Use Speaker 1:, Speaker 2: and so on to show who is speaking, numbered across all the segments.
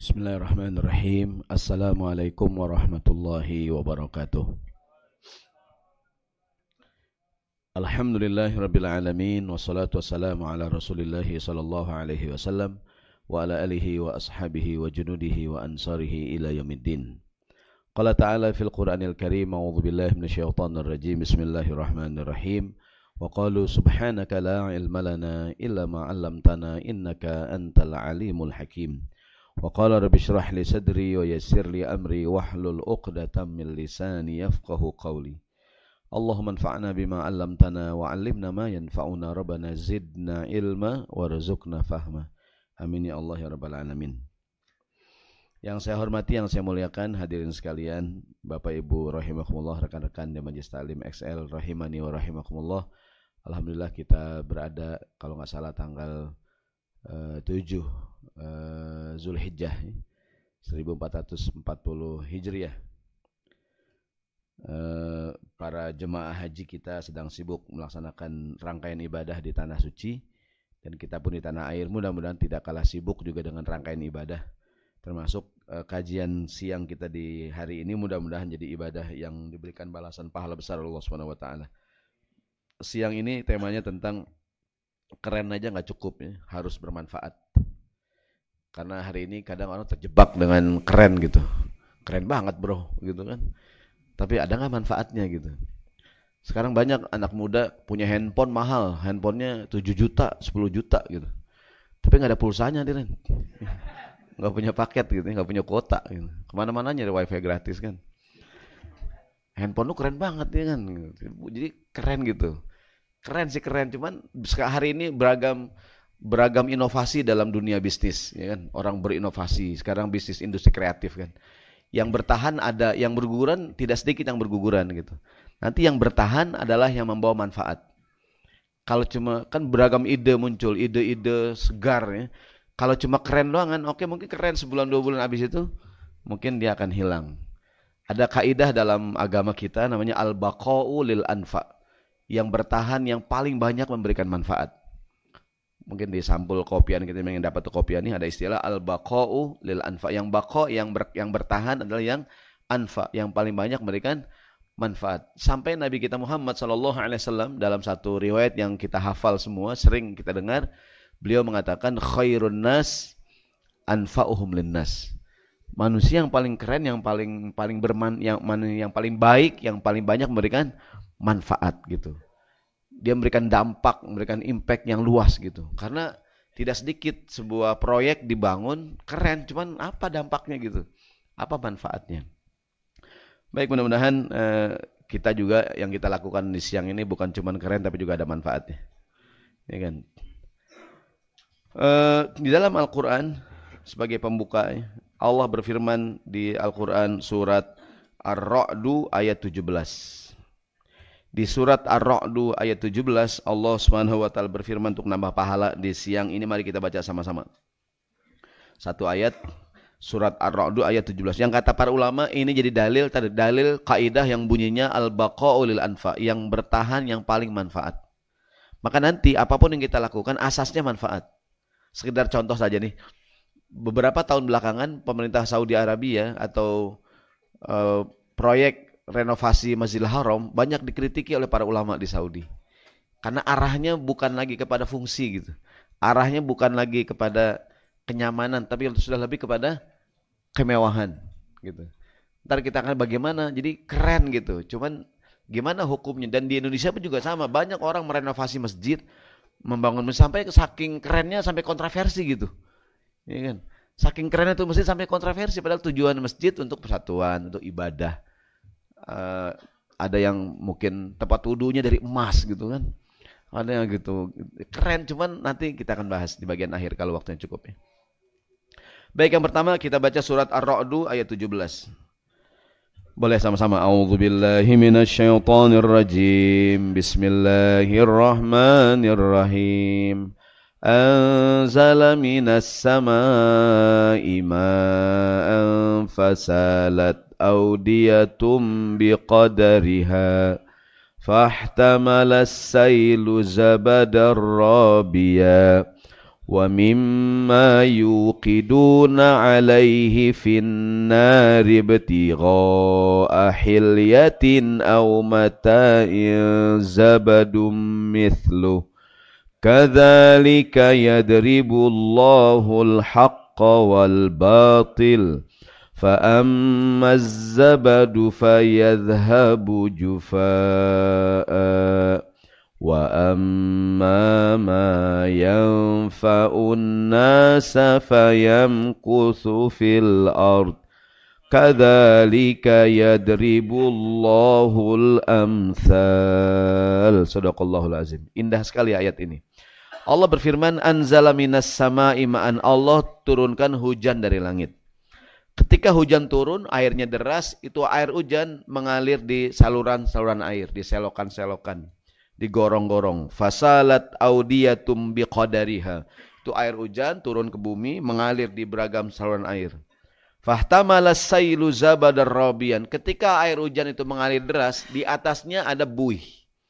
Speaker 1: Bismillahirrahmanirrahim. Assalamualaikum warahmatullahi wabarakatuh. Alhamdulillahirabbil alamin wassalatu wassalamu ala Rasulillah sallallahu alaihi wasallam wa ala alihi wa ashabihi wa junudihi wa ansarihi ila yaumiddin. Qala ta'ala fil Qur'anil Karim, a'udzu billahi minasyaitonir rajim. Bismillahirrahmanirrahim. Wa qalu subhanaka la ilma lana illa ma 'allamtana innaka antal alimul hakim. Wa qala rabbi shrah li sadri wa yassir li amri wahlul 'uqdatam min lisani yafqahu qawli. Allahumma anfa'na bima 'allamtana wa 'allimna ma yanfa'una rabbana zidna ilma warzuqna fahma. Amin ya Allah ya rabbal alamin. Yang saya hormati, yang saya muliakan, hadirin sekalian, Bapak Ibu rahimakumullah, rekan-rekan di Majelis Ta'lim XL rahimani wa rahimakumullah. Alhamdulillah kita berada, kalau nggak salah, tanggal 7 Zulhijjah 1440 Hijriah. Para jemaah haji kita sedang sibuk melaksanakan rangkaian ibadah di tanah suci, dan kita pun di tanah air mudah-mudahan tidak kalah sibuk juga dengan rangkaian ibadah, termasuk kajian siang kita di hari ini. Mudah-mudahan jadi ibadah yang diberikan balasan pahala besar Allah Subhanahu wa taala. Siang ini temanya tentang keren aja nggak cukup ya, harus bermanfaat. Karena hari ini kadang orang terjebak dengan keren gitu. Keren banget bro gitu kan. Tapi ada nggak manfaatnya gitu. Sekarang banyak anak muda punya handphone mahal. Handphonenya 7 juta, 10 juta gitu. Tapi nggak ada pulsanya dia kan. Nggak punya paket gitu, nggak punya kuota gitu. Kemana-mana nyari wifi gratis kan. Handphone lu keren banget ya kan. Jadi keren gitu. Keren sih keren, cuman hari ini beragam inovasi dalam dunia bisnis, ya kan? Orang berinovasi, sekarang bisnis industri kreatif kan. Yang bertahan ada, yang berguguran tidak sedikit yang berguguran gitu. Nanti yang bertahan adalah yang membawa manfaat. Kalau cuma kan beragam ide muncul, ide-ide segar ya. Kalau cuma keren doang kan, oke mungkin keren sebulan 2 bulan, habis itu mungkin dia akan hilang. Ada kaidah dalam agama kita namanya al-baqa'u lil anfa. Yang bertahan, yang paling banyak memberikan manfaat. Mungkin di sampul kopian kita yang dapat kopian ini ada istilah al-baqa'u lil anfa. Yang baqa, yang bertahan adalah yang anfa, yang paling banyak memberikan manfaat. Sampai Nabi kita Muhammad SAW dalam satu riwayat yang kita hafal semua, sering kita dengar, beliau mengatakan khairun nas anfa'uhum linnas. Manusia yang paling keren, yang paling yang paling baik, yang paling banyak memberikan manfaat gitu. Dia memberikan dampak, memberikan impact yang luas gitu. Karena tidak sedikit sebuah proyek dibangun keren, cuman apa dampaknya gitu? Apa manfaatnya? Baik, mudah-mudahan kita juga yang kita lakukan di siang ini bukan cuman keren tapi juga ada manfaatnya. Ya kan? Di dalam Al-Qur'an sebagai pembuka, Allah berfirman di Al-Qur'an surat Ar-Ra'd ayat 17. Di surat Ar-Ra'd ayat 17 Allah Subhanahu wa taala berfirman untuk nambah pahala di siang ini. Mari kita baca sama-sama. Satu ayat surat Ar-Ra'd ayat 17. Yang kata para ulama ini jadi dalil kaidah yang bunyinya al-baqa'u lil anfa, yang bertahan yang paling manfaat. Maka nanti apapun yang kita lakukan asasnya manfaat. Sekedar contoh saja nih. Beberapa tahun belakangan pemerintah Saudi Arabia atau proyek renovasi Masjidil Haram banyak dikritiki oleh para ulama di Saudi. Karena arahnya bukan lagi kepada fungsi gitu. Arahnya bukan lagi kepada kenyamanan, tapi sudah lebih kepada kemewahan gitu. Ntar kita akan bagaimana, jadi keren gitu. Cuman gimana hukumnya? Dan di Indonesia pun juga sama. Banyak orang merenovasi masjid, membangun masjid sampai saking kerennya sampai kontroversi gitu. Ya kan? Saking kerennya tuh masjid sampai kontroversi, padahal tujuan masjid untuk persatuan, untuk ibadah. Ada yang mungkin tempat wudunya dari emas gitu kan, ada yang gitu keren, cuman nanti kita akan bahas di bagian akhir kalau waktunya cukup ya. Baik, yang pertama kita baca surat Ar-Ra'd ayat 17. Boleh sama-sama. A'udzubillahi minasyaitonirrajim. Bismillahirrahmanirrahim. Anzala minas samaa'i ma'an fasalat awdiyatum biqadariha fahtamala as-sailu zabadar rabiya ومما يوقدون عليه في النار ابتغاء حلية أو متاع زبد مثله كذلك يضرب الله الحق والباطل فأما الزبد فيذهب جفاء وأما ما ينفع الناس فيمكث في الأرض كذلك يضرب الله الأمثال. Sadaqallahul azim. Indah sekali ayat ini. Allah berfirman, anzala minas sama'i ma'an. Allah turunkan hujan dari langit. Ketika hujan turun, airnya deras, itu air hujan mengalir di saluran-saluran air, di selokan-selokan, di gorong-gorong. Fasalat audiyatum biqadariha. Itu air hujan turun ke bumi, mengalir di beragam saluran air. Fahtamala sailu zabadar rabian. Ketika air hujan itu mengalir deras, di atasnya ada buih.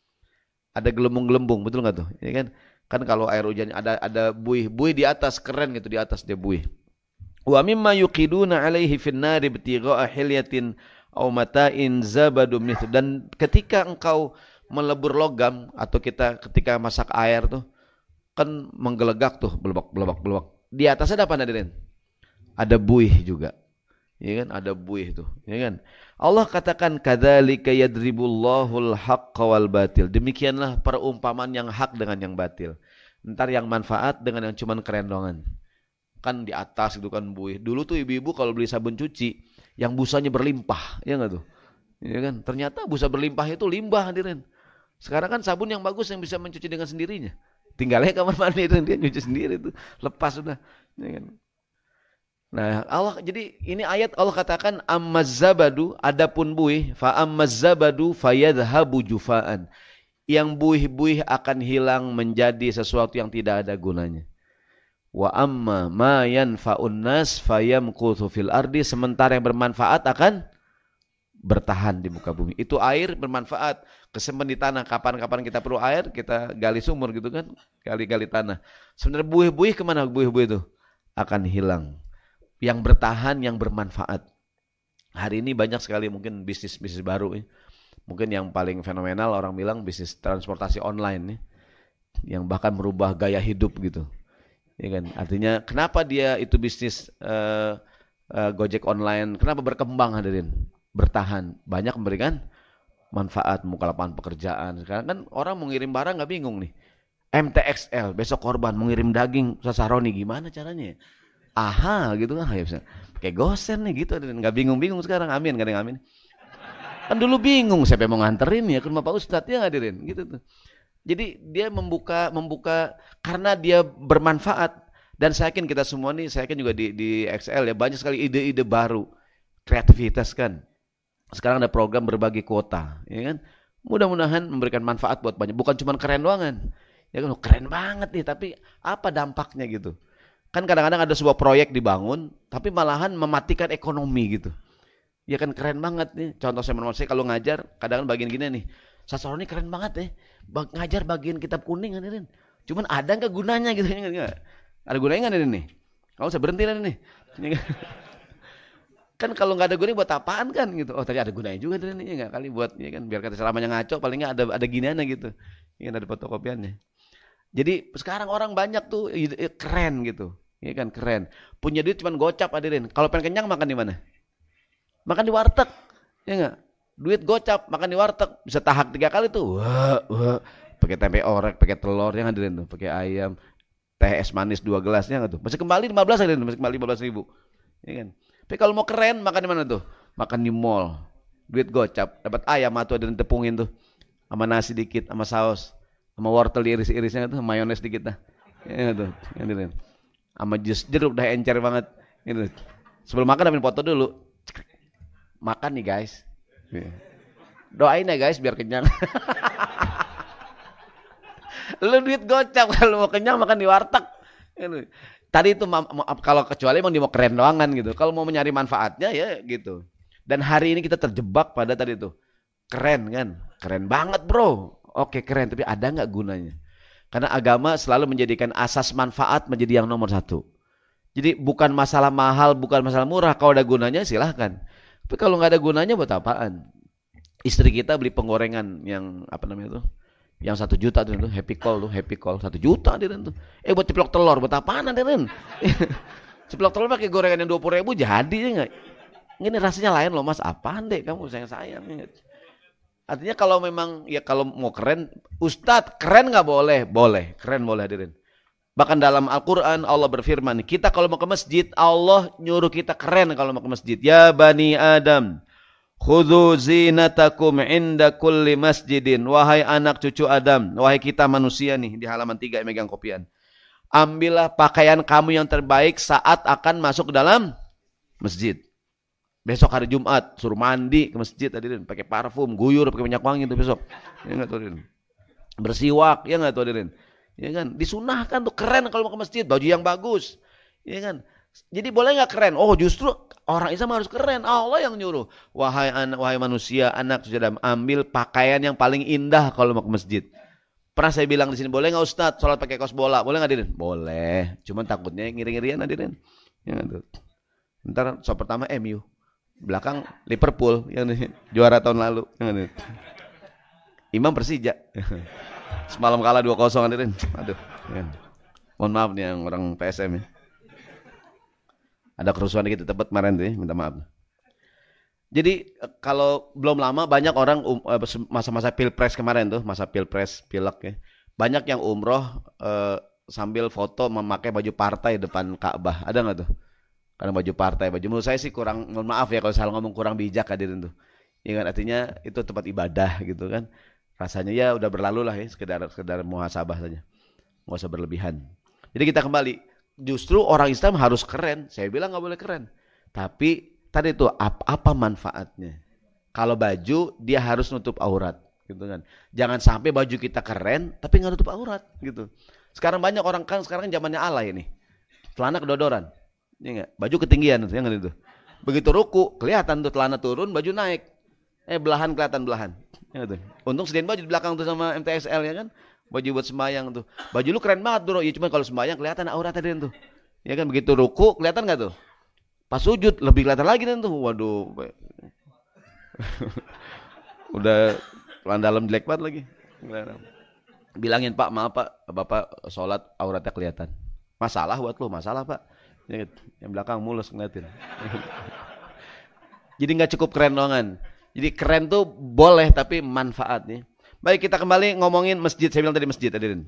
Speaker 1: Ada gelembung-gelembung, betul nggak tuh? Ya kan? Kan kalau air hujan ada buih di atas, keren gitu, di atas dia buih. Wa mimma yuqiduna alaihi finnari ibtigha'a hilyatin aw mata'in zabadum mith. Dan ketika engkau melebur logam atau ketika masak air tuh kan menggelegak tuh, belebak. Di atasnya ada apa hadirin? Ada buih juga. Ya kan? Ada buih tuh, ya kan? Allah katakan kadzalika yadribullahul haqqa wal batil. Demikianlah perumpamaan yang hak dengan yang batil. Ntar yang manfaat dengan yang cuman kerendongan. Kan di atas itu kan buih. Dulu tuh ibu-ibu kalau beli sabun cuci yang busanya berlimpah, ya enggak tuh? Ya kan? Ternyata busa berlimpah itu limbah hadirin. Sekarang kan sabun yang bagus yang bisa mencuci dengan sendirinya. Tinggalnya kamar mandi itu dia nyuci sendiri tuh. Lepas sudah, ya kan? Nah, Allah jadi ini ayat Allah katakan ammazzabadu adapun buih fa ammazzabadu fayadhhabu jufaan. Yang buih-buih akan hilang menjadi sesuatu yang tidak ada gunanya. Wa amma ma yanfa'un nas fayamkuthu fil ardi. Sementara yang bermanfaat akan bertahan di muka bumi. Itu air bermanfaat. Kesimpan di tanah. Kapan-kapan kita perlu air, kita gali sumur gitu kan. Gali-gali tanah. Sebenarnya buih-buih kemana buih-buih itu? Akan hilang. Yang bertahan, yang bermanfaat. Hari ini banyak sekali mungkin bisnis-bisnis baru. Mungkin yang paling fenomenal orang bilang bisnis transportasi online. Yang bahkan merubah gaya hidup gitu. Ya kan? Artinya kenapa dia itu bisnis Gojek online, kenapa berkembang hadirin? Bertahan, banyak memberikan manfaat, membuka lapangan pekerjaan. Sekarang kan orang mau ngirim barang nggak bingung nih. MTXL, besok korban mau ngirim daging Sasaroni, gimana caranya? Aha gitu kan, bisa pakai gosen nih gitu, nggak bingung-bingung sekarang. Amin, kadang amin. Kan dulu bingung siapa yang mau nganterin ya ke rumah Pak Ustadz ya hadirin, gitu tuh. Jadi dia membuka karena dia bermanfaat. Dan saya yakin kita semua nih, saya yakin juga di XL ya banyak sekali ide-ide baru, kreativitas kan. Sekarang ada program berbagi kuota, ya kan? Mudah-mudahan memberikan manfaat buat banyak. Bukan cuma keren doangan, ya kan? Keren banget nih, tapi apa dampaknya gitu? Kan kadang-kadang ada sebuah proyek dibangun, tapi malahan mematikan ekonomi gitu. Ya kan keren banget nih. Contoh saya kalau ngajar, kadang-kadang bagian gini nih. Sasaroni keren banget ya. Ngajar bagian kitab kuning hadirin. Cuman ada nggak gunanya gitu? Nggak. Ada gunanya nggak hadirin nih? Kalau saya berhenti lah nih. Kan kalau nggak ada gunanya buat apaan kan gitu? Oh tadi ada gunanya juga hadirin nih nggak kali buat ya kan biar kata selamanya ngaco paling nggak ada giniannya gitu. Ya ada fotokopiannya. Jadi sekarang orang banyak tuh keren gitu. Ya kan keren. Punya duit cuman gocap hadirin. Kalau pengen kenyang makan di mana? Makan di warteg. Ya enggak? Duit gocap, makan di warteg, bisa tahak 3 kali tuh. Wah. Pakai tempe orek, pakai telur, yang hadirin tuh, pakai ayam, teh es manis 2 gelasnya enggak tuh. Masih kembali 15 hadirin, masih kembali 15.000. Ya kan? Tapi kalau mau keren, makan di mana tuh? Makan di mall. Duit gocap, dapat ayam atau hadirin tepungin tuh. Sama nasi dikit, sama saus, sama wortel diiris-irisnya tuh, mayones dikit dah. Ya tuh, hadirin. Sama jus jeruk dah encer banget. Gitu. Sebelum makan ambil foto dulu. Makan nih guys. Doain ya guys biar kenyang. Lu duit gocap kalau mau kenyang makan di warteg. Tadi itu kalau kecuali emang dia mau keren doangan gitu. Kalau mau mencari manfaatnya ya gitu. Dan hari ini kita terjebak pada tadi itu. Keren kan? Keren banget bro. Oke keren tapi ada nggak gunanya? Karena agama selalu menjadikan asas manfaat menjadi yang nomor satu. Jadi bukan masalah mahal, bukan masalah murah. Kalau ada gunanya silahkan. Tapi kalau nggak ada gunanya buat apaan? Istri kita beli penggorengan yang apa namanya itu? Yang 1 juta tuh, happy call 1 juta dia tuh. Buat ceplok telur, buat apaan dia tuh? Ceplok telur pakai gorengan yang 20.000 jadi ya nggak? Ini rasanya lain loh mas. Apaan deh kamu sayang. Artinya kalau memang ya kalau mau keren, Ustadz keren nggak boleh? Boleh, keren boleh hadirin. Bahkan dalam Al-Quran Allah berfirman, kita kalau mau ke masjid, Allah nyuruh kita keren kalau mau ke masjid. Ya Bani Adam, khudhu zinatakum inda kulli masjidin. Wahai anak cucu Adam, wahai kita manusia nih, di halaman 3 yang megang kopian. Ambillah pakaian kamu yang terbaik saat akan masuk ke dalam masjid. Besok hari Jumat, suruh mandi ke masjid hadirin, pakai parfum, guyur, pakai minyak wangi itu besok. Ya enggak tuh hadirin. Bersiwak, ya enggak tuh hadirin. Ya kan? Disunahkan tuh keren kalau mau ke masjid, baju yang bagus. Ya kan? Jadi boleh enggak keren? Oh, justru orang Islam harus keren. Allah yang nyuruh. Wahai manusia, anak sudah ambil pakaian yang paling indah kalau mau ke masjid. Pernah saya bilang di sini, boleh enggak Ustadz sholat pakai kaos bola? Boleh enggak hadirin? Boleh. Cuman takutnya ngiri-ngirian hadirin. Ya kan? Ntar sholat pertama MU. Belakang Liverpool yang juara tahun lalu. Imam Persija. Semalam kalah 2-0 hadirin. Aduh. Ya. Mohon maaf nih yang orang PSM ya. Ada kerusuhan dikit di tempat kemarin tuh ya, minta maaf. Jadi kalau belum lama banyak orang masa-masa Pilpres kemarin tuh, masa Pilpres, pilek ya. Banyak yang umroh sambil foto memakai baju partai depan Ka'bah. Ada nggak tuh? Karena baju partai, baju menurut saya sih kurang, mohon maaf ya kalau salah ngomong, kurang bijak hadirin tuh. Ya kan, artinya itu tempat ibadah gitu kan. Rasanya ya udah berlalu lah ya, sekedar muhasabah saja. Nggak usah berlebihan. Jadi kita kembali, justru orang Islam harus keren. Saya bilang nggak boleh keren. Tapi tadi itu apa manfaatnya? Kalau baju dia harus nutup aurat gitu kan. Jangan sampai baju kita keren tapi nggak nutup aurat gitu. Sekarang banyak orang kan sekarang zamannya alay ini. Celana kedodoran. Ya enggak? Baju ketinggian itu, itu. Begitu ruku, kelihatan tuh celana turun, baju naik. Belahan kelihatan belahan. Ya gitu. Untung sediain baju di belakang tuh sama MTSL ya kan. Baju buat sembahyang tuh. Baju lu keren banget bro. Ya cuma kalau sembahyang kelihatan aurat tadi tuh. Ya kan, begitu ruku kelihatan enggak tuh? Pas sujud lebih kelihatan lagi tuh. Waduh. Udah celana dalam jelek banget lagi. Bilangin Pak, maaf Pak, Bapak sholat auratnya kelihatan. Masalah buat lu, masalah Pak. Yang belakang mulus ngeliatin. Jadi nggak cukup keren doangan. Jadi keren tuh boleh tapi manfaatnya. Baik, kita kembali ngomongin masjid. Saya bilang tadi masjid hadirin.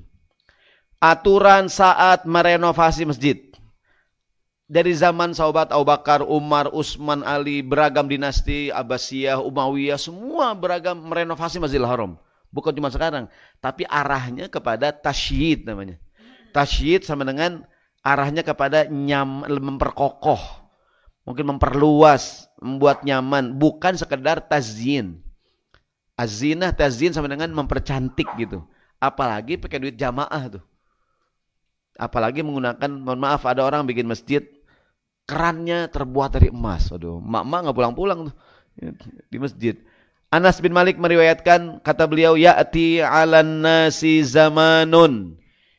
Speaker 1: Aturan saat merenovasi masjid. Dari zaman sahabat Abu Bakar, Umar, Utsman, Ali, beragam dinasti Abbasiyah, Umayyah, semua beragam merenovasi Masjidil Haram. Bukan cuma sekarang, tapi arahnya kepada tasyyid namanya. Tasyyid sama dengan arahnya kepada memperkokoh, mungkin memperluas, membuat nyaman, bukan sekedar tazyin. Az-zinah, tazyin sama dengan mempercantik gitu. Apalagi pakai duit jamaah tuh. Apalagi menggunakan, mohon maaf, ada orang bikin masjid kerannya terbuat dari emas. Aduh, mak-mak nggak pulang-pulang tuh di masjid. Anas bin Malik meriwayatkan, kata beliau, ya'ti 'alan nasi zamanun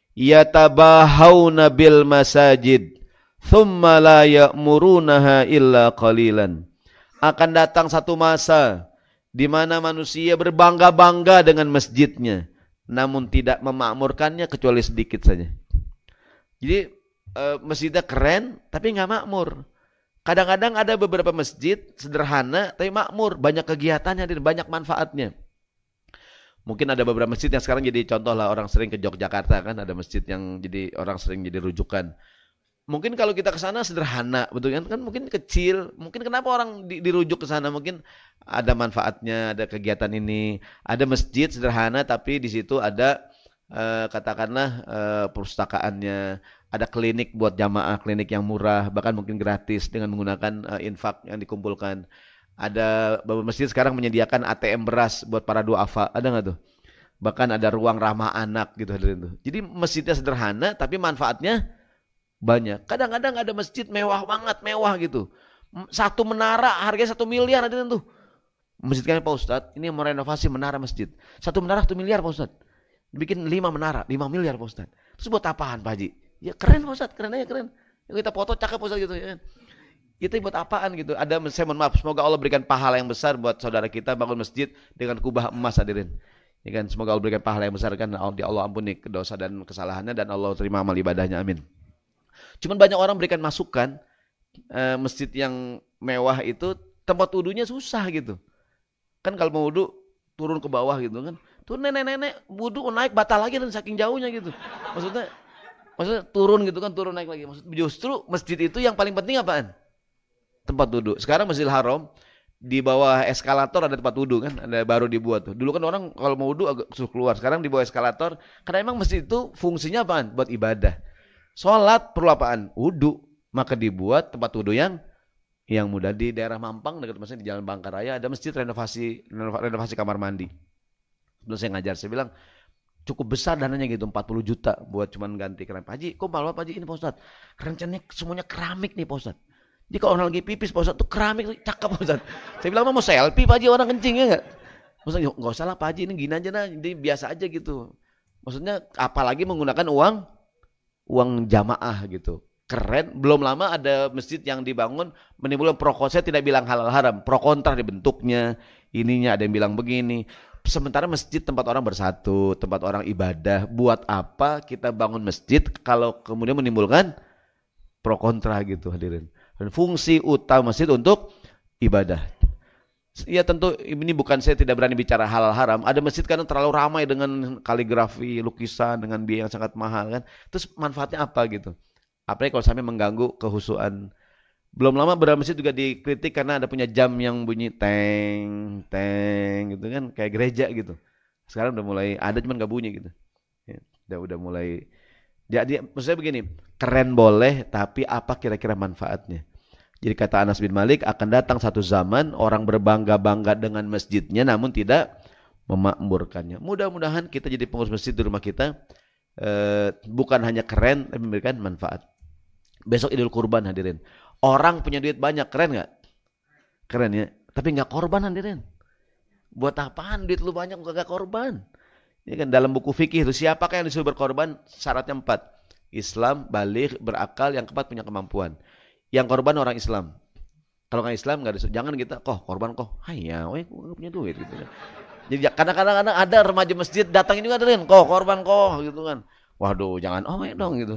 Speaker 1: yatabahawna bil masajid thumma la ya'murunaha illa qalilan. Akan datang satu masa di mana manusia berbangga-bangga dengan masjidnya, namun tidak memakmurkannya kecuali sedikit saja. Jadi masjidnya keren tapi nggak makmur. Kadang-kadang ada beberapa masjid sederhana tapi makmur, banyak kegiatannya dan banyak manfaatnya. Mungkin ada beberapa masjid yang sekarang jadi contoh lah, orang sering ke Yogyakarta kan, ada masjid yang jadi orang sering jadi rujukan. Mungkin kalau kita ke sana sederhana, betul kan? Kan mungkin kecil. Mungkin kenapa orang dirujuk ke sana? Mungkin ada manfaatnya, ada kegiatan ini. Ada masjid sederhana tapi di situ ada katakanlah perpustakaannya, ada klinik buat jamaah, klinik yang murah, bahkan mungkin gratis dengan menggunakan infak yang dikumpulkan. Ada beberapa masjid sekarang menyediakan ATM beras buat para duafa, ada nggak tuh? Bahkan ada ruang ramah anak gitu hadirin tuh. Jadi masjidnya sederhana tapi manfaatnya banyak. Kadang-kadang ada masjid mewah banget, mewah gitu. Satu menara harganya 1 miliar hadirin tuh. Masjid kami Pak Ustadz, ini mau renovasi menara masjid. 1 menara 1 miliar Pak Ustadz. Bikin 5 menara, 5 miliar Pak Ustaz. Terus buat apaan Pak Haji? Ya keren Pak Ustaz, keren aja keren. Kita foto cakep Pak Ustaz gitu ya kan. Itu buat apaan gitu. Saya mohon maaf, semoga Allah berikan pahala yang besar buat saudara kita bangun masjid dengan kubah emas hadirin. Ya kan, semoga Allah berikan pahala yang besar kan. Allah ampuni dosa dan kesalahannya dan Allah terima amal ibadahnya. Amin. Cuman banyak orang berikan masukan masjid yang mewah itu tempat wudunya susah gitu. Kan kalau mau wudu turun ke bawah gitu kan. Tuh nenek-nenek wudu naik batal lagi dan saking jauhnya gitu. Maksudnya turun gitu kan, turun naik lagi. Justru masjid itu yang paling penting apaan? Tempat duduk. Sekarang Masjidil Haram di bawah eskalator ada tempat wudhu kan, ada baru dibuat tuh. Dulu kan orang kalau mau wudhu agak suruh keluar. Sekarang di bawah eskalator karena emang masjid itu fungsinya apaan? Buat ibadah. Sholat perlu apaan? Wudhu. Maka dibuat tempat wudhu yang mudah. Di daerah Mampang dekat masjid di Jalan Bangkaraya ada masjid renovasi kamar mandi. Sebelum saya ngajar saya bilang cukup besar dananya gitu 40 juta buat cuman ganti keramik. Pak Haji, kok malu Pak Haji ini Pak Ustaz? Rencananya semuanya keramik nih Pak Ustaz. Jadi kalau orang lagi pipis Pak Ustaz tuh keramik cakep Pak Ustaz. Saya bilang mau selfie Pak Haji orang kencing ya enggak? Maksudnya enggak usah lah Pak Haji ini gini aja nah, jadi biasa aja gitu. Maksudnya apalagi menggunakan uang jamaah gitu. Keren, belum lama ada masjid yang dibangun menimbulkan pro kontra, saya tidak bilang halal haram, pro kontra di bentuknya, ininya ada yang bilang begini. Sementara masjid tempat orang bersatu, tempat orang ibadah, buat apa kita bangun masjid kalau kemudian menimbulkan pro kontra gitu hadirin. Dan fungsi utama masjid untuk ibadah. Ya tentu ini bukan saya tidak berani bicara halal haram. Ada masjid kan terlalu ramai dengan kaligrafi, lukisan dengan biaya yang sangat mahal kan. Terus manfaatnya apa gitu? Apalagi kalau sampai mengganggu kehusuan. Belum lama beberapa masjid juga dikritik karena ada punya jam yang bunyi teng teng gitu kan kayak gereja gitu. Sekarang udah mulai ada cuman nggak bunyi gitu. Ya, udah mulai. Jadi maksudnya begini, keren boleh tapi apa kira-kira manfaatnya? Jadi kata Anas bin Malik, akan datang satu zaman orang berbangga-bangga dengan masjidnya namun tidak memakmurkannya. Mudah-mudahan kita jadi pengurus masjid di rumah kita bukan hanya keren tapi memberikan manfaat. Besok Idul Kurban hadirin. Orang punya duit banyak, keren nggak? Keren ya. Tapi nggak korban hadirin. Buat apaan duit lu banyak nggak korban? Ya kan dalam buku fikih itu siapakah yang disuruh berkorban? Syaratnya 4. Islam, baligh, berakal, yang keempat punya kemampuan. Yang korban orang Islam. Kalau nggak Islam nggak disuruh. Jangan kita, korban ya, gue nggak punya duit gitu kan. Jadi kadang-kadang ada remaja masjid datangin juga hadirin, korban gitu kan. Waduh, jangan dong gitu.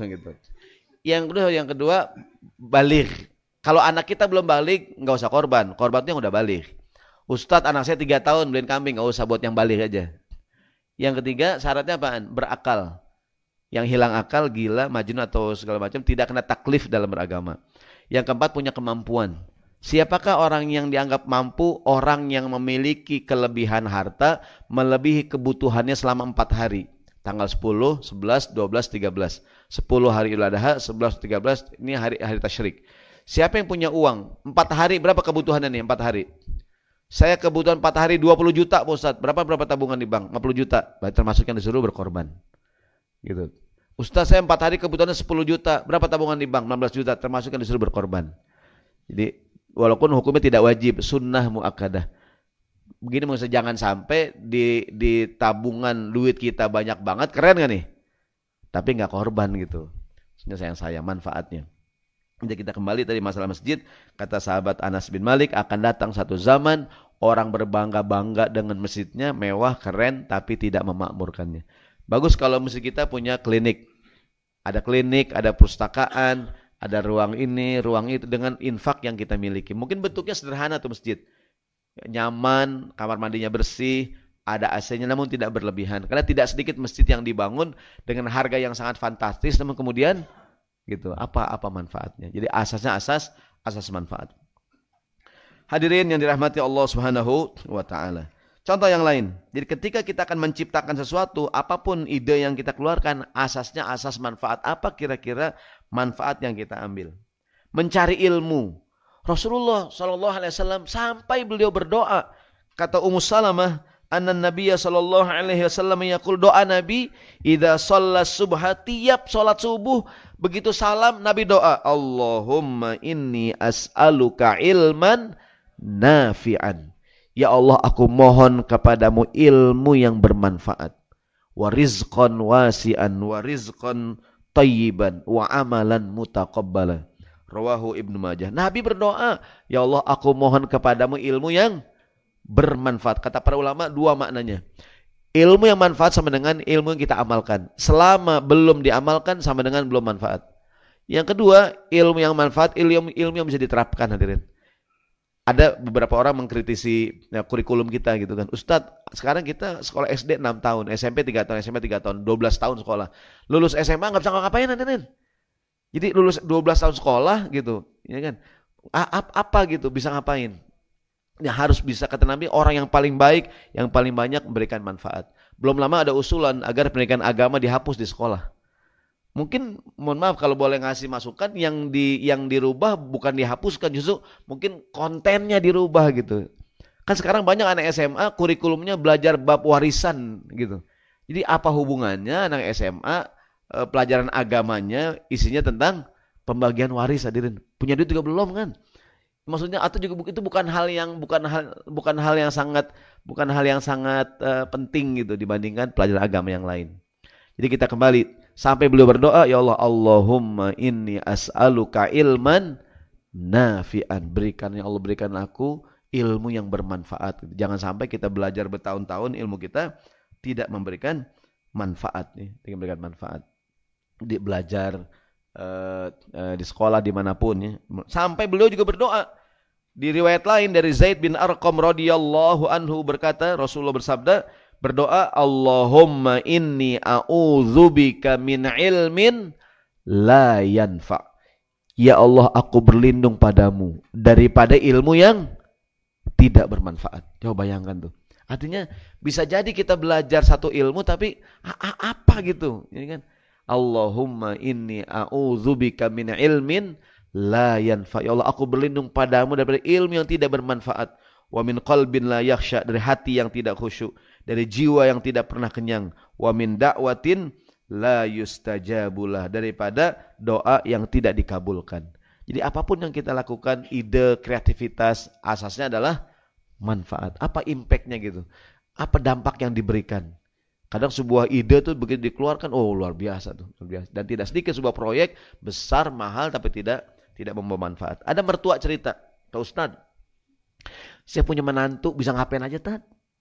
Speaker 1: Yang kedua baligh. Kalau anak kita belum baligh, nggak usah korban. Korban itu yang udah baligh. Ustadz anak saya 3 tahun beliin kambing, nggak usah buat yang baligh aja. Yang ketiga syaratnya apaan? Berakal. Yang hilang akal, gila, majnun atau segala macam tidak kena taklif dalam beragama. Yang keempat punya kemampuan. Siapakah orang yang dianggap mampu? Orang yang memiliki kelebihan harta melebihi kebutuhannya selama 4 hari. Tanggal 10, 11, 12, 13. 10 hari Idul Adha, 11, 13 ini hari tasyrik. Siapa yang punya uang? 4 hari berapa kebutuhannya nih 4 hari? Saya kebutuhan 4 hari 20 juta Pak Ustaz. Berapa tabungan di bank? 50 juta. Berarti termasuk yang disuruh berkorban. Gitu. Ustaz saya 4 hari kebutuhannya 10 juta. Berapa tabungan di bank? 16 juta. Termasuk yang disuruh berkorban. Jadi walaupun hukumnya tidak wajib, sunnah muakkadah. Begini maksudnya jangan sampai di tabungan duit kita banyak banget, keren gak nih? Tapi nggak korban gitu. Maksudnya sayang manfaatnya. Jadi kita kembali tadi masalah masjid, kata sahabat Anas bin Malik, akan datang satu zaman orang berbangga-bangga dengan masjidnya, mewah, keren, tapi tidak memakmurkannya. Bagus kalau masjid kita punya klinik. Ada klinik, ada perpustakaan, ada ruang ini, ruang itu dengan infak yang kita miliki. Mungkin bentuknya sederhana tuh masjid. Nyaman, kamar mandinya bersih, ada AC-nya namun tidak berlebihan. Karena tidak sedikit masjid yang dibangun dengan harga yang sangat fantastis namun kemudian gitu, apa manfaatnya. Jadi asasnya asas manfaat. Hadirin yang dirahmati Allah Subhanahu wa taala. Contoh yang lain. Jadi ketika kita akan menciptakan sesuatu, apapun ide yang kita keluarkan, asasnya asas manfaat. Apa kira-kira manfaat yang kita ambil? Mencari ilmu. Rasulullah SAW sampai beliau berdoa. Kata Ummu Salamah, anna Nabiyya sallallahu alaihi wasallam yaqul, doa Nabi idza shalla subha, tiap salat subuh begitu salam Nabi doa, Allahumma inni as'aluka ilman nafi'an. Ya Allah, aku mohon kepadamu ilmu yang bermanfaat. wa rizqan wasi'an wa rizqan thayyiban wa amalan mutaqabbala. Rawahu Ibnu Majah. Nabi berdoa, ya Allah aku mohon kepadamu ilmu yang bermanfaat. Kata para ulama dua maknanya. Ilmu yang manfaat sama dengan ilmu yang kita amalkan. Selama belum diamalkan sama dengan belum manfaat. Yang kedua, ilmu yang manfaat, ilmu yang bisa diterapkan hadirin. Ada beberapa orang mengkritisi kurikulum kita gitu kan. Ustadz, sekarang kita sekolah SD 6 tahun, SMP 3 tahun, SMA 3 tahun, 12 tahun sekolah. Lulus SMA nggak bisa ngapain hadirin. Jadi lulus 12 tahun sekolah gitu, ya kan? Apa gitu bisa ngapain? Ya harus bisa kata Nabi orang yang paling baik, yang paling banyak memberikan manfaat. Belum lama ada usulan agar pendidikan agama dihapus di sekolah. Mungkin mohon maaf kalau boleh ngasih masukan yang dirubah bukan dihapuskan, justru mungkin kontennya dirubah gitu. Kan sekarang banyak anak SMA kurikulumnya belajar bab warisan gitu. Jadi apa hubungannya anak SMA pelajaran agamanya isinya tentang pembagian waris hadirin. Punya duit juga belum kan? Maksudnya atau juga itu bukan hal yang sangat penting gitu dibandingkan pelajaran agama yang lain. Jadi kita kembali sampai beliau berdoa, ya Allah, Allahumma inni as'aluka ilman nafi'an. Berikan ya Allah, berikan aku ilmu yang bermanfaat. Jangan sampai kita belajar bertahun-tahun ilmu kita tidak memberikan manfaat nih, tidak memberikan manfaat. Di belajar di sekolah dimanapun ya. Sampai beliau juga berdoa. Di riwayat lain dari Zaid bin Arqam radhiyallahu anhu berkata, Rasulullah bersabda, berdoa, Allahumma inni a'udzubika min ilmin la yanfa. Ya Allah, aku berlindung padamu daripada ilmu yang tidak bermanfaat. Coba bayangkan tuh. Artinya bisa jadi kita belajar satu ilmu tapi apa gitu, ya kan? Allahumma inni a'udzubika min ilmin la yanfa. Ya Allah, aku berlindung padamu daripada ilmu yang tidak bermanfaat. Wa min qalbin la yakhsha, dari hati yang tidak khusyuk, dari jiwa yang tidak pernah kenyang. Wa min da'watin la yustajabulah, daripada doa yang tidak dikabulkan. Jadi apapun yang kita lakukan, ide, kreativitas, asasnya adalah manfaat. Apa impactnya gitu? Apa dampak yang diberikan? Kadang sebuah ide tuh begitu dikeluarkan, oh luar biasa tuh, luar biasa. Dan tidak sedikit sebuah proyek besar, mahal, tapi tidak membawa manfaat. Ada mertua cerita, Pak Ustadz, saya punya menantu, bisa ngapain aja Tad?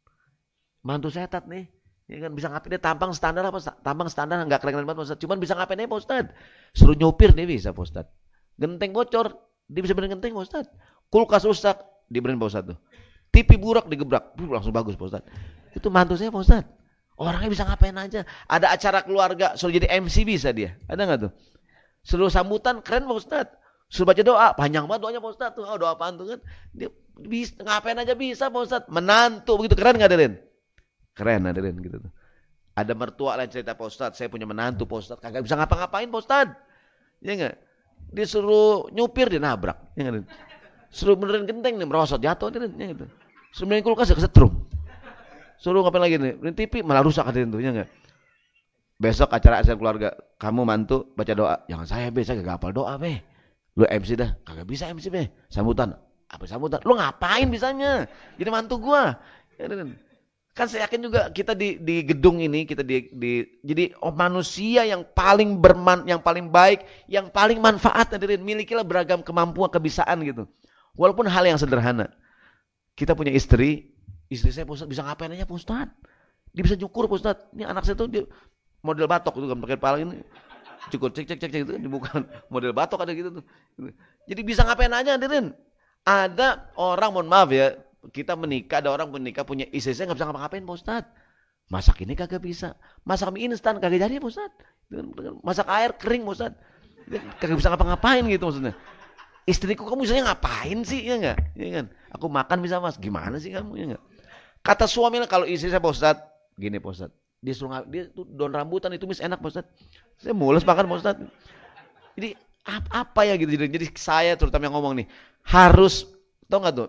Speaker 1: Mantu saya Tad nih, ya kan bisa ngapain, dia tampang standar apa? Tampang standar nggak keren-keren banget Pak Ustadz. Cuman bisa ngapain aja Pak Ustadz? Suruh nyupir nih bisa Pak Ustadz. Genteng bocor, dia bisa benerin genteng Pak Ustadz. Kulkas rusak, dibenerin Pak Ustadz tuh. TV burak digebrak, langsung bagus Pak Ustadz. Itu mantu saya Pak Ustadz. Orangnya bisa ngapain aja. Ada acara keluarga, suruh jadi MC bisa dia. Ada nggak tuh? Suruh sambutan keren Pak Ustadz. Suruh baca doa, panjang banget doanya Pak Ustadz tuh. Oh, doa apaan tuh kan? Dia bisa, ngapain aja bisa Pak Ustadz. Menantu begitu keren nggak hadirin? Keren hadirin gitu tuh. Ada mertua lain cerita Pak Ustadz, saya punya menantu Pak Ustadz, kagak bisa ngapa-ngapain Pak Ustadz. Ya enggak? Disuruh nyupir dia nabrak, ya enggak? Suruh benerin genteng nih merosot jatuh hadirin, ya gitu. Suruh benerin kulkas dia kesetrum. Suruh ngapain lagi nih? Benerin TV malah rusak hadirin tuh, ya enggak? Besok acara keluarga, kamu mantu baca doa. Jangan saya be, saya kagak hafal doa be. Lu MC dah, kagak bisa MC be. Sambutan, apa sambutan? Lu ngapain bisanya? Jadi mantu gua. Ya, kan saya yakin juga kita di gedung ini kita jadi manusia yang paling yang paling baik, yang paling manfaat hadirin, milikilah beragam kemampuan, kebisaan gitu. Walaupun hal yang sederhana. Kita punya istri saya Pak Ustadz bisa ngapain aja Pak Ustadz? Dia bisa nyukur Pak Ustadz. Ini anak saya tuh dia model batok tuh kan pakai kepala ini. Cukur cek itu bukan model batok ada gitu tuh. Jadi bisa ngapain aja hadirin. Ada orang, mohon maaf ya, kita menikah, ada orang menikah punya istri saya nggak bisa ngapa-ngapain Pak Ustadz. Masak ini kagak bisa. Masak mie instan kagak jadi Pak Ustadz. Masak air kering Pak Ustadz. Kagak bisa ngapa-ngapain gitu maksudnya. Istriku, kamu bisanya ngapain sih? Ya enggak? Ya kan? Aku makan bisa Mas. Gimana sih kamu? Ya enggak? Kata suaminya kalau istri saya Pak Ustadz, gini Pak Ustadz. Dia tuh daun rambutan itu mis enak Pak Ustadz. Saya mules makan Pak Ustadz. Jadi apa ya gitu. Jadi saya terutama yang ngomong nih harus, tau nggak tuh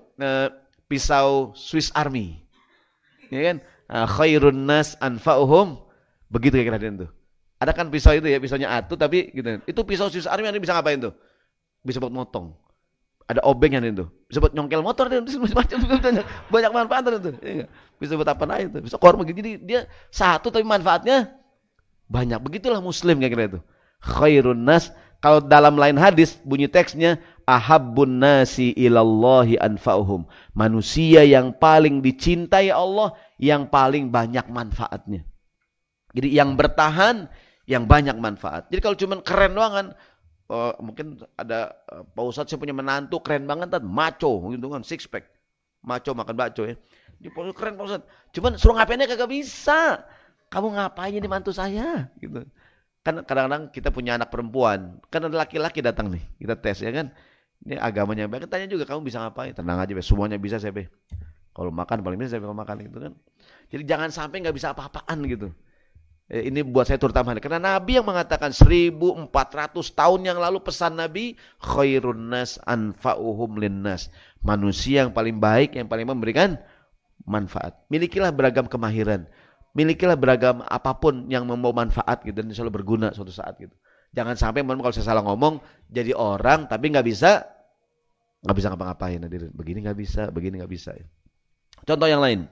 Speaker 1: pisau Swiss Army, ya kan? Khairun nas anfa'uhum, begitu kira-kira tuh. Ada kan pisau itu ya, pisaunya atu tapi gitu. Itu pisau Swiss Army, ini bisa ngapain tuh? Bisa buat motong. Ada obeng yang itu. Bisa buat nyongkel motor dia, macam banyak manfaat itu. Bisa buat apa aja itu. Bisa korma gitu. Jadi dia satu tapi manfaatnya banyak. Begitulah muslim kira-kira itu. Khairun nas, kalau dalam lain hadis bunyi teksnya ahabbun nasi ilallahi anfa'uhum. Manusia yang paling dicintai Allah yang paling banyak manfaatnya. Jadi yang bertahan yang banyak manfaat. Jadi kalau cuma keren doang kan, mungkin ada Pak Ustadz saya punya menantu keren banget kan, maco gitu kan, six pack. Maco makan bakso ya. Dia keren Pak Ustadz. Cuman suruh ngapainnya kagak bisa. Kamu ngapain ini mantu saya gitu. Kan kadang-kadang kita punya anak perempuan, kan ada laki-laki datang nih, kita tes ya kan. Ini agamanya baik, tanya juga kamu bisa ngapain? Tenang aja, semuanya bisa saya be. Kalau makan paling bisa saya kalau makan gitu kan. Jadi jangan sampai nggak bisa apa-apaan gitu. Ini buat saya terutama karena Nabi yang mengatakan 1400 tahun yang lalu pesan Nabi khairun nas anfa'uhum linnas. Manusia yang paling baik, yang paling memberikan manfaat. Milikilah beragam kemahiran. Milikilah beragam apapun yang membawa manfaat gitu dan selalu berguna suatu saat gitu. Jangan sampai kalau saya salah ngomong jadi orang tapi nggak bisa ngapa-ngapain. Begini nggak bisa, begini nggak bisa. Contoh yang lain.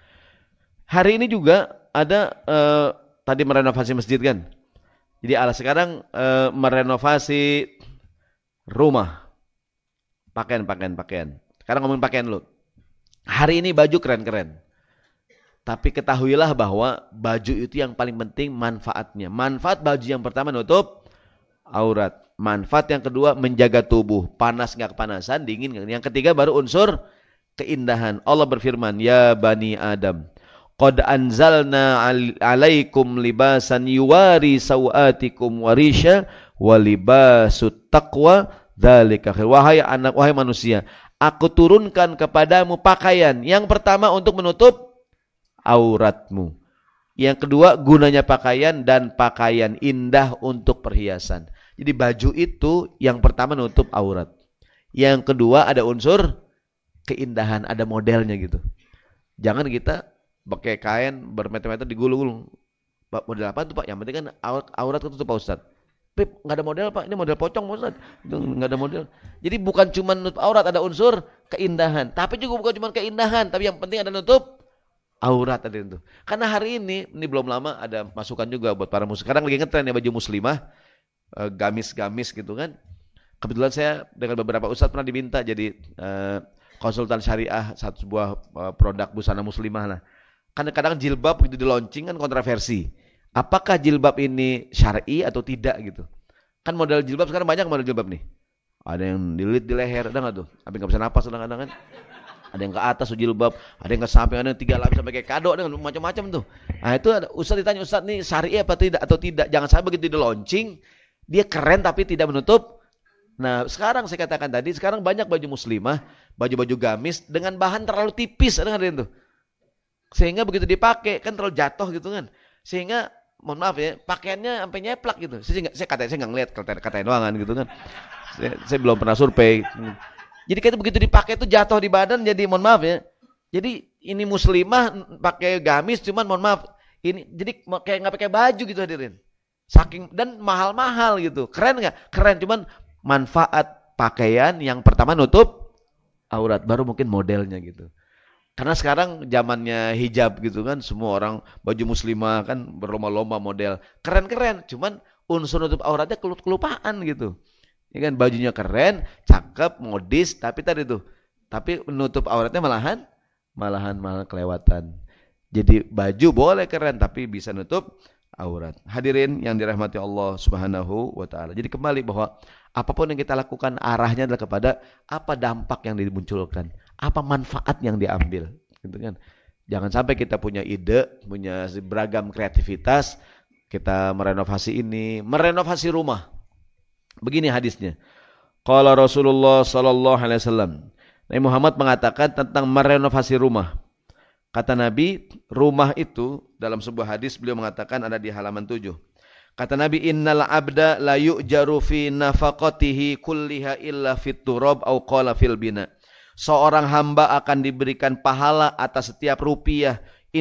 Speaker 1: Hari ini juga ada tadi merenovasi masjid kan. Jadi sekarang merenovasi rumah. Pakaian. Sekarang ngomongin pakaian lu. Hari ini baju keren-keren. Tapi ketahuilah bahwa baju itu yang paling penting manfaatnya. Manfaat baju yang pertama nutup aurat. Manfaat yang kedua menjaga tubuh. Panas nggak kepanasan, dingin nggak. Yang ketiga baru unsur keindahan. Allah berfirman, ya bani Adam, qad anzalna alaikum libasan yuwari sawatikum warisha walibasut taqwa dzalika khair. Wahai manusia, aku turunkan kepadamu pakaian. Yang pertama untuk menutup auratmu. Yang kedua gunanya pakaian dan pakaian indah untuk perhiasan. Jadi baju itu yang pertama nutup aurat. Yang kedua ada unsur keindahan, ada modelnya gitu. Jangan kita pakai kain bermeter-meter digulung-gulung. Model apa tuh Pak? Yang penting kan aurat ketutup Pak Ustadz. Pip, nggak ada model Pak, ini model pocong Pak Ustadz. Itu nggak ada model. Jadi bukan cuma nutup aurat, ada unsur keindahan. Tapi juga bukan cuma keindahan, tapi yang penting ada nutup aurat tadi itu. Karena hari ini belum lama ada masukan juga buat para muslim. Sekarang lagi ngetren ya baju muslimah, gamis-gamis gitu kan. Kebetulan saya dengan beberapa ustadz pernah diminta jadi konsultan syariah sebuah produk busana muslimah lah. Kadang-kadang jilbab gitu di launching kan kontroversi. Apakah jilbab ini syar'i atau tidak gitu? Kan model jilbab sekarang banyak model jilbab nih. Ada yang dililit di leher, ada nggak tuh? Tapi nggak bisa napas kadang-kadang kan. Ada yang ke atas jilbab, ada yang ke samping, ada yang 3 lapis sampai kayak kado, ada macam-macam tuh. Nah itu Ustaz ditanya, Ustaz nih syar'i apa tidak atau tidak? Jangan sampai begitu di launching, dia keren tapi tidak menutup. Nah sekarang saya katakan tadi, sekarang banyak baju muslimah, baju-baju gamis dengan bahan terlalu tipis, ada itu. Sehingga begitu dipakai kan terlalu jatuh gitu kan. Sehingga mohon maaf ya, pakaiannya sampai nyeplak gitu. Saya nggak ngeliat, katain doang kan gitu kan. Saya belum pernah survei. Jadi kayak begitu dipakai itu jatuh di badan, jadi mohon maaf ya. Jadi ini muslimah pakai gamis cuman mohon maaf ini jadi kayak nggak pakai baju gitu hadirin. Saking dan mahal-mahal gitu. Keren nggak? Keren, cuman manfaat pakaian yang pertama nutup aurat, baru mungkin modelnya gitu. Karena sekarang zamannya hijab gitu kan, semua orang baju muslimah kan berlomba-lomba model keren-keren, cuman unsur nutup auratnya kelupaan gitu. Ya kan bajunya keren, cakep, modis, tapi tadi tuh, tapi menutup auratnya malahan kelewatan. Jadi baju boleh keren, tapi bisa nutup aurat. Hadirin yang dirahmati Allah Subhanahu wa taala. Jadi kembali bahwa apapun yang kita lakukan arahnya adalah kepada apa dampak yang dimunculkan, apa manfaat yang diambil, gitu kan. Jangan sampai kita punya ide, punya beragam kreativitas, kita merenovasi ini, merenovasi rumah. Begini hadisnya. Qala Rasulullah sallallahu alaihi wasallam. Nabi Muhammad mengatakan tentang merenovasi rumah. Kata Nabi, rumah itu dalam sebuah hadis beliau mengatakan ada di halaman 7. Kata Nabi, innal abda la yu'jaru fi nafaqatihi kulliha illa fit turab au qala fil bina. Seorang hamba akan diberikan pahala atas setiap rupiah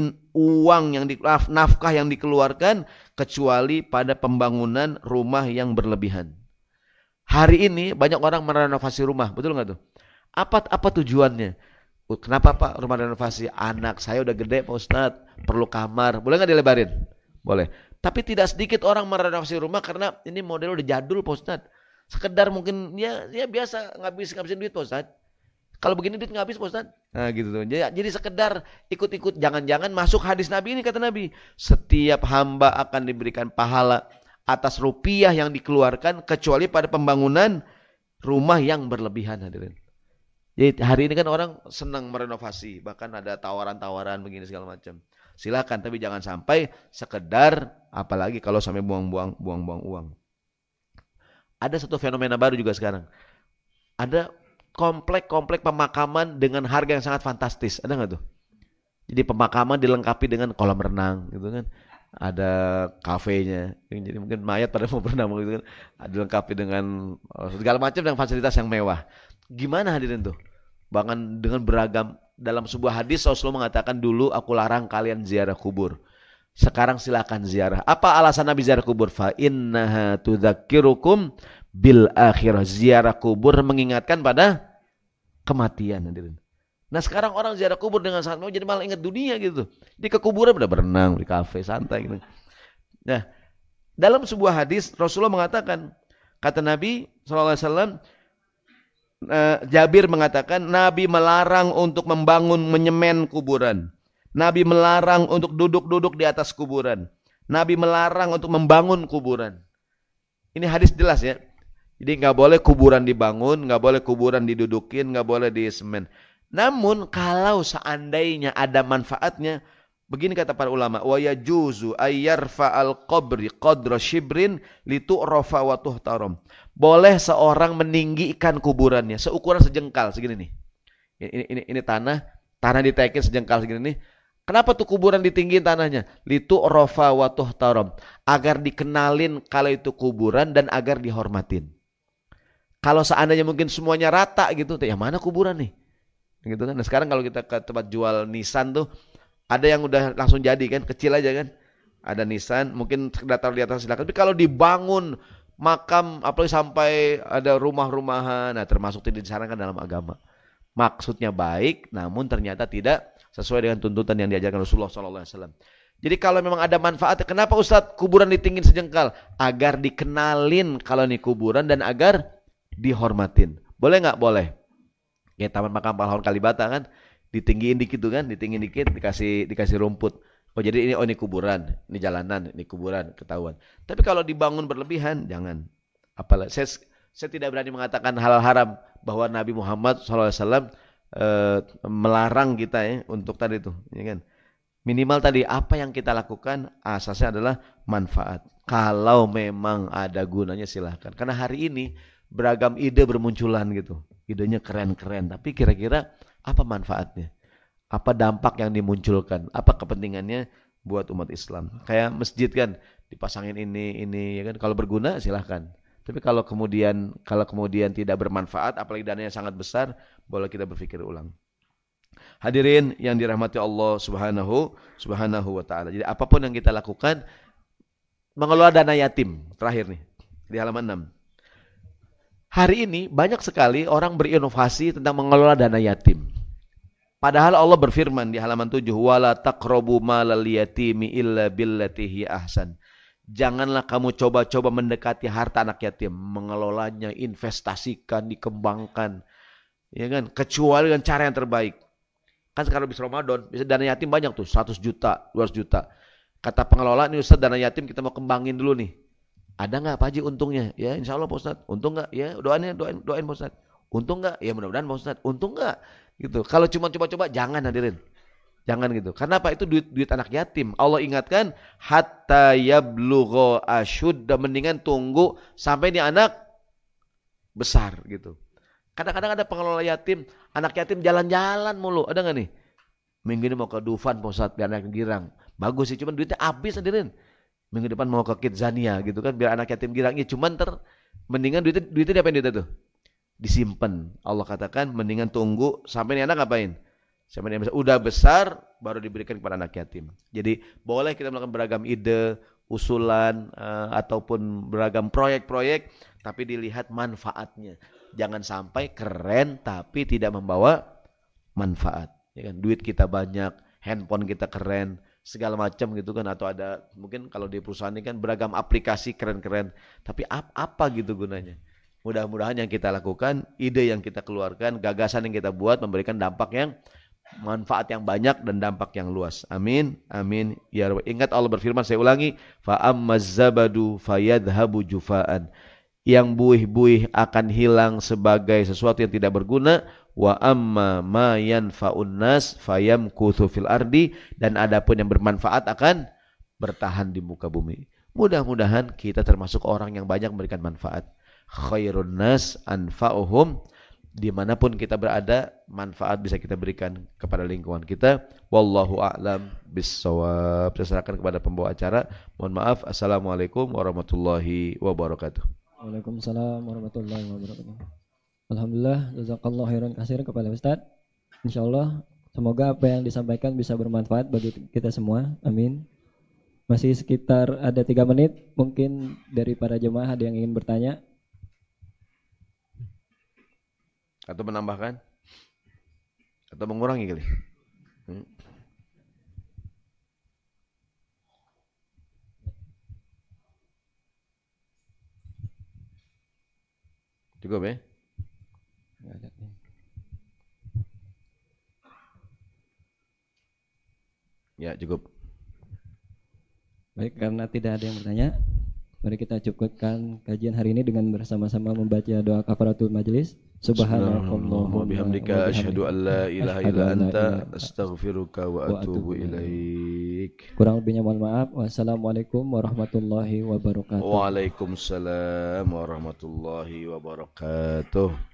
Speaker 1: uang yang nafkah yang dikeluarkan kecuali pada pembangunan rumah yang berlebihan. Hari ini banyak orang merenovasi rumah, betul nggak tuh? Apa tujuannya? Kenapa Pak rumah renovasi? Anak saya udah gede Pak Ustadz, perlu kamar. Boleh nggak dilebarin? Boleh. Tapi tidak sedikit orang merenovasi rumah karena ini model udah jadul Pak Ustadz. Sekedar mungkin ya biasa ngabisin duit Pak Ustadz. Kalau begini duit nggak habis Pak Ustadz. Nah gitu tuh. Jadi sekedar ikut-ikut. Jangan-jangan masuk hadis Nabi ini, kata Nabi. Setiap hamba akan diberikan pahala atas rupiah yang dikeluarkan kecuali pada pembangunan rumah yang berlebihan, hadirin. Jadi hari ini kan orang senang merenovasi. Bahkan ada tawaran-tawaran begini segala macam. Silakan, tapi jangan sampai sekedar, apalagi kalau sampai buang-buang uang. Ada satu fenomena baru juga sekarang. Ada komplek pemakaman dengan harga yang sangat fantastis. Ada nggak tuh? Jadi pemakaman dilengkapi dengan kolam renang, gitu kan? Ada kafenya. Jadi mungkin mayat pada mau berenang, gitu kan? Dilengkapi dengan segala macam dengan fasilitas yang mewah. Gimana hadirin tuh? Bahkan dengan beragam. Dalam sebuah hadis Rasulullah mengatakan, dulu aku larang kalian ziarah kubur. Sekarang silakan ziarah. Apa alasan Nabi ziarah kubur? Fa innaha tudzakirukum bil akhirah. Ziarah kubur mengingatkan pada kematian. Nah sekarang orang ziarah kubur dengan sangat mau jadi malah ingat dunia gitu. Di kekuburan udah berenang di kafe santai gitu. Nah dalam sebuah hadis Rasulullah mengatakan, kata Nabi SAW, Jabir mengatakan, Nabi melarang untuk membangun menyemen kuburan. Nabi melarang untuk duduk-duduk di atas kuburan. Nabi melarang untuk membangun kuburan. Ini hadis jelas ya. Jadi nggak boleh kuburan dibangun, nggak boleh kuburan didudukin, nggak boleh disemen. Namun kalau seandainya ada manfaatnya, begini kata para ulama, wa yajuzu ayyarfa'al qabri qadra shibrin litu'rafa wa tuhtaram. Boleh seorang meninggikan kuburannya seukuran sejengkal segini nih. Ini tanah ditekin sejengkal segini nih. Kenapa tuh kuburan ditinggiin tanahnya? Litu'rafa wa tuhtaram. Agar dikenalin kalau itu kuburan dan agar dihormatin. Kalau seandainya mungkin semuanya rata gitu, ya mana kuburan nih? Gitu kan. Nah, sekarang kalau kita ke tempat jual Nissan tuh, ada yang udah langsung jadi kan, kecil aja kan. Ada Nissan, mungkin sekedar taruh di atas silakan. Tapi kalau dibangun makam, apalagi sampai ada rumah-rumahan, nah termasuk tidak disarankan dalam agama. Maksudnya baik, namun ternyata tidak sesuai dengan tuntutan yang diajarkan Rasulullah SAW. Jadi kalau memang ada manfaatnya, kenapa Ustadz kuburan ditinggiin sejengkal? Agar dikenalin kalau ini kuburan dan agar dihormatin. Boleh nggak? Boleh. Ya Taman Makam Pahlawan Kalibata kan, ditinggiin dikit tuh kan, ditinggiin dikit, dikasih rumput. Oh jadi ini kuburan, ini jalanan, ini kuburan, ketahuan. Tapi kalau dibangun berlebihan, jangan. Apalagi saya tidak berani mengatakan halal haram bahwa Nabi Muhammad SAW melarang kita ya untuk tadi itu, ya kan? Minimal tadi apa yang kita lakukan asasnya adalah manfaat. Kalau memang ada gunanya silahkan. Karena hari ini beragam ide bermunculan gitu. Idenya keren-keren, tapi kira-kira apa manfaatnya? Apa dampak yang dimunculkan? Apa kepentingannya buat umat Islam? Kayak masjid kan dipasangin ini ya kan. Kalau berguna silahkan. Tapi kalau kemudian tidak bermanfaat, apalagi dananya sangat besar, boleh kita berpikir ulang. Hadirin yang dirahmati Allah Subhanahu wa taala. Jadi apapun yang kita lakukan, mengelola dana yatim. Terakhir nih di halaman 6. Hari ini banyak sekali orang berinovasi tentang mengelola dana yatim. Padahal Allah berfirman di halaman 7, wala taqrabu malal yatimi illa billati hi ahsan. Janganlah kamu coba-coba mendekati harta anak yatim, mengelolanya, investasikan, dikembangkan, ya kan? Kecuali dengan cara yang terbaik. Kan sekarang habis Ramadan, bisa dana yatim banyak tuh, 100 juta, 200 juta. Kata pengelola, ini Ustaz dana yatim kita mau kembangin dulu nih. Ada nggak Pak Haji untungnya? Ya insya Allah Pak Ustaz. Untung nggak? Ya doain Pak Ustaz. Untung nggak? Ya mudah-mudahan Pak Ustaz. Untung nggak? Gitu. Kalau cuma coba-coba jangan hadirin. Jangan gitu. Karena apa? Itu duit anak yatim. Allah ingatkan hatta yablugha asyudda, mendingan tunggu sampai ini anak besar gitu. Kadang-kadang ada pengelola yatim, anak yatim jalan-jalan mulu. Ada nggak nih? Minggu ini mau ke Dufan Pak Ustaz biar anak girang. Bagus sih, cuman duitnya habis hadirin. Minggu depan mau ke Kidzania gitu kan biar anak yatim girang. Ya cuman mendingan duitnya diapain duitnya tuh? Disimpan. Allah katakan mendingan tunggu sampai ini anak ngapain? Sampai ini udah besar baru diberikan kepada anak yatim. Jadi boleh kita melakukan beragam ide usulan ataupun beragam proyek-proyek, tapi dilihat manfaatnya. Jangan sampai keren tapi tidak membawa manfaat. Ya kan? Duit kita banyak, handphone kita keren, segala macam gitu kan, atau ada mungkin kalau di perusahaan ini kan beragam aplikasi keren-keren, tapi apa gitu gunanya? Mudah-mudahan yang kita lakukan, ide yang kita keluarkan, gagasan yang kita buat memberikan dampak yang manfaat yang banyak dan dampak yang luas. Amin. Amin. Ya Rabb. Ingat Allah berfirman, saya ulangi, fa ammaz zabadu fayadhhabu jufaan. Yang buih-buih akan hilang sebagai sesuatu yang tidak berguna, wa amma ma yanfa'un nas fayamkuthu fil ardi, dan adapun yang bermanfaat akan bertahan di muka bumi. Mudah-mudahan kita termasuk orang yang banyak memberikan manfaat. Khairun nas anfa'uhum, dimanapun kita berada, manfaat bisa kita berikan kepada lingkungan kita. Wallahu a'lam bissawab. Saya serahkan kepada pembawa acara. Mohon maaf. Assalamualaikum warahmatullahi wabarakatuh.
Speaker 2: Waalaikumsalam warahmatullahi wabarakatuh. Alhamdulillah, jazakallahu khairan katsir kepada Ustaz. Insyaallah semoga apa yang disampaikan bisa bermanfaat bagi kita semua. Amin. Masih sekitar ada 3 menit, mungkin dari para jemaah ada yang ingin bertanya
Speaker 1: atau menambahkan atau mengurangi kali. Cukup ya? Ya, cukup.
Speaker 2: Baik, karena tidak ada yang bertanya, mari kita cukupkan kajian hari ini dengan bersama-sama membaca doa kafaratul majelis.
Speaker 1: Subhanallahumma bihamdika asyhadu an la ilaha illa anta astaghfiruka wa atubu ilaik.
Speaker 2: Kurang lebihnya mohon maaf. Wassalamualaikum warahmatullahi wabarakatuh.
Speaker 1: Waalaikumsalam warahmatullahi wabarakatuh.